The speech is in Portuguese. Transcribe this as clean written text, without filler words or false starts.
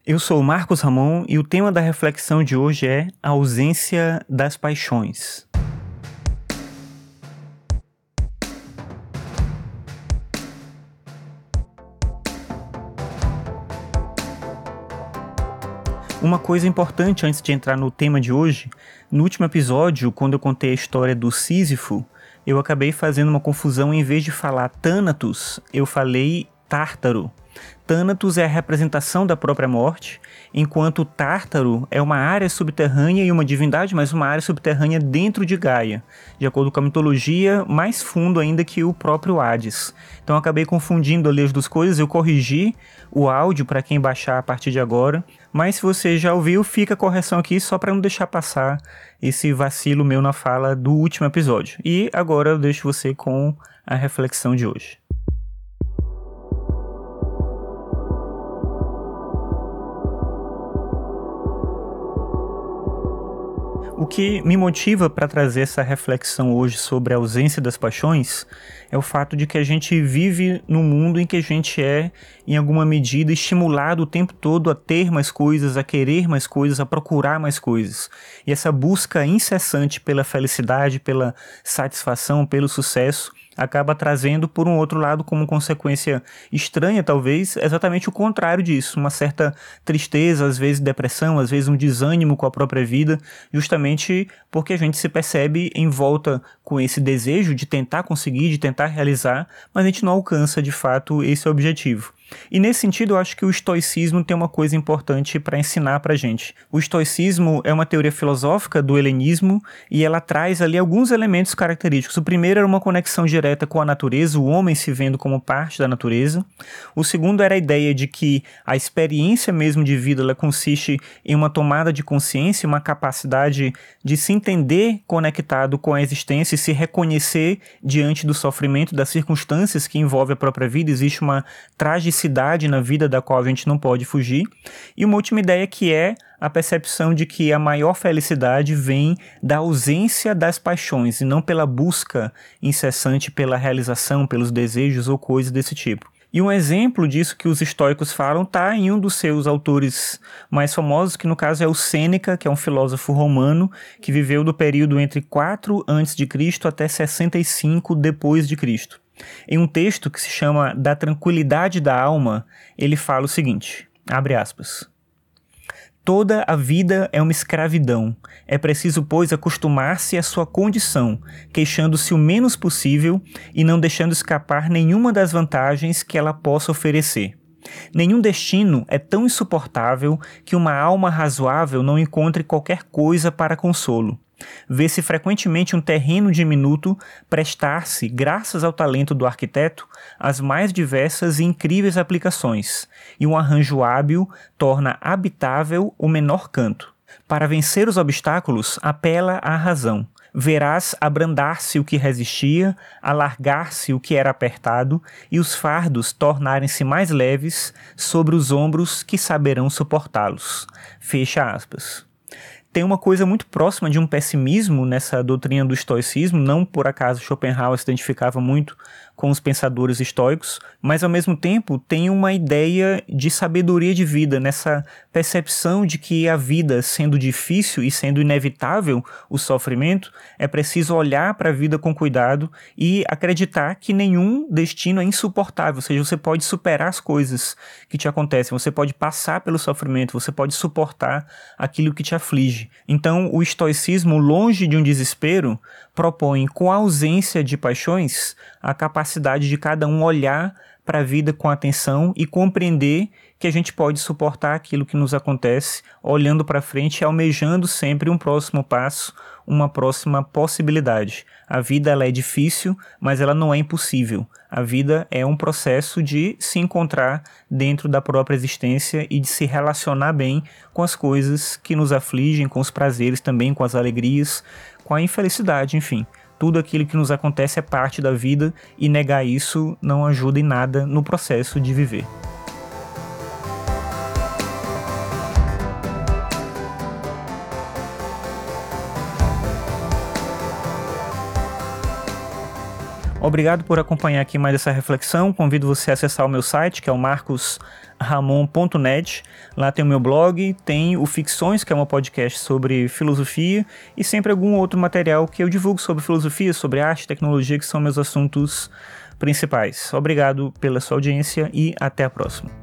Eu sou o Marcos Ramon e o tema da reflexão de hoje é a ausência das paixões. Uma coisa importante antes de entrar no tema de hoje, no último episódio, quando eu contei a história do Sísifo, eu acabei fazendo uma confusão. Em vez de falar Thanatos, eu falei Tártaro. Thanatos é a representação da própria morte, enquanto Tártaro é uma área subterrânea e uma divindade, mas uma área subterrânea dentro de Gaia, de acordo com a mitologia, mais fundo ainda que o próprio Hades. Então eu acabei confundindo ali as duas coisas, eu corrigi o áudio para quem baixar a partir de agora, mas se você já ouviu, fica a correção aqui só para não deixar passar esse vacilo meu na fala do último episódio. E agora eu deixo você com a reflexão de hoje. O que me motiva para trazer essa reflexão hoje sobre a ausência das paixões é o fato de que a gente vive num mundo em que a gente é, em alguma medida, estimulado o tempo todo a ter mais coisas, a querer mais coisas, a procurar mais coisas. E essa busca incessante pela felicidade, pela satisfação, pelo sucesso, acaba trazendo, por um outro lado, como consequência estranha, talvez, exatamente o contrário disso, uma certa tristeza, às vezes depressão, às vezes um desânimo com a própria vida, justamente porque a gente se percebe em volta com esse desejo de tentar conseguir, de tentar realizar, mas a gente não alcança, de fato, esse objetivo. E nesse sentido, eu acho que o estoicismo tem uma coisa importante para ensinar para a gente. O estoicismo é uma teoria filosófica do helenismo e ela traz ali alguns elementos característicos. O primeiro era uma conexão direta com a natureza, o homem se vendo como parte da natureza. O segundo era a ideia de que a experiência mesmo de vida ela consiste em uma tomada de consciência, uma capacidade de se entender conectado com a existência e se reconhecer diante do sofrimento, das circunstâncias que envolvem a própria vida. Existe uma tragicidade na vida da qual a gente não pode fugir. E uma última ideia que é a percepção de que a maior felicidade vem da ausência das paixões e não pela busca incessante pela realização, pelos desejos ou coisas desse tipo. E um exemplo disso que os estoicos falam está em um dos seus autores mais famosos, que no caso é o Sêneca, que é um filósofo romano que viveu do período entre 4 a.C. até 65 d.C. Em um texto que se chama Da Tranquilidade da Alma, ele fala o seguinte, abre aspas, toda a vida é uma escravidão. É preciso, pois, acostumar-se à sua condição, queixando-se o menos possível e não deixando escapar nenhuma das vantagens que ela possa oferecer. Nenhum destino é tão insuportável que uma alma razoável não encontre qualquer coisa para consolo. Vê-se frequentemente um terreno diminuto prestar-se, graças ao talento do arquiteto, às mais diversas e incríveis aplicações, e um arranjo hábil torna habitável o menor canto. Para vencer os obstáculos, apela à razão. Verás abrandar-se o que resistia, alargar-se o que era apertado, e os fardos tornarem-se mais leves sobre os ombros que saberão suportá-los. Fecha aspas. Tem uma coisa muito próxima de um pessimismo nessa doutrina do estoicismo, não por acaso Schopenhauer se identificava muito com os pensadores estoicos, mas ao mesmo tempo tem uma ideia de sabedoria de vida, nessa percepção de que a vida, sendo difícil e sendo inevitável o sofrimento, é preciso olhar para a vida com cuidado e acreditar que nenhum destino é insuportável, ou seja, você pode superar as coisas que te acontecem, você pode passar pelo sofrimento, você pode suportar aquilo que te aflige. Então, o estoicismo, longe de um desespero, propõe, com a ausência de paixões, a capacidade de cada um olhar para a vida com atenção e compreender que a gente pode suportar aquilo que nos acontece, olhando para frente e almejando sempre um próximo passo, uma próxima possibilidade. A vida ela é difícil, mas ela não é impossível. A vida é um processo de se encontrar dentro da própria existência e de se relacionar bem com as coisas que nos afligem, com os prazeres também, com as alegrias, com a infelicidade, enfim. Tudo aquilo que nos acontece é parte da vida e negar isso não ajuda em nada no processo de viver. Obrigado por acompanhar aqui mais essa reflexão. Convido você a acessar o meu site, que é o marcosramon.net. Lá tem o meu blog, tem o Ficções, que é um podcast sobre filosofia, e sempre algum outro material que eu divulgo sobre filosofia, sobre arte e tecnologia, que são meus assuntos principais. Obrigado pela sua audiência e até a próxima.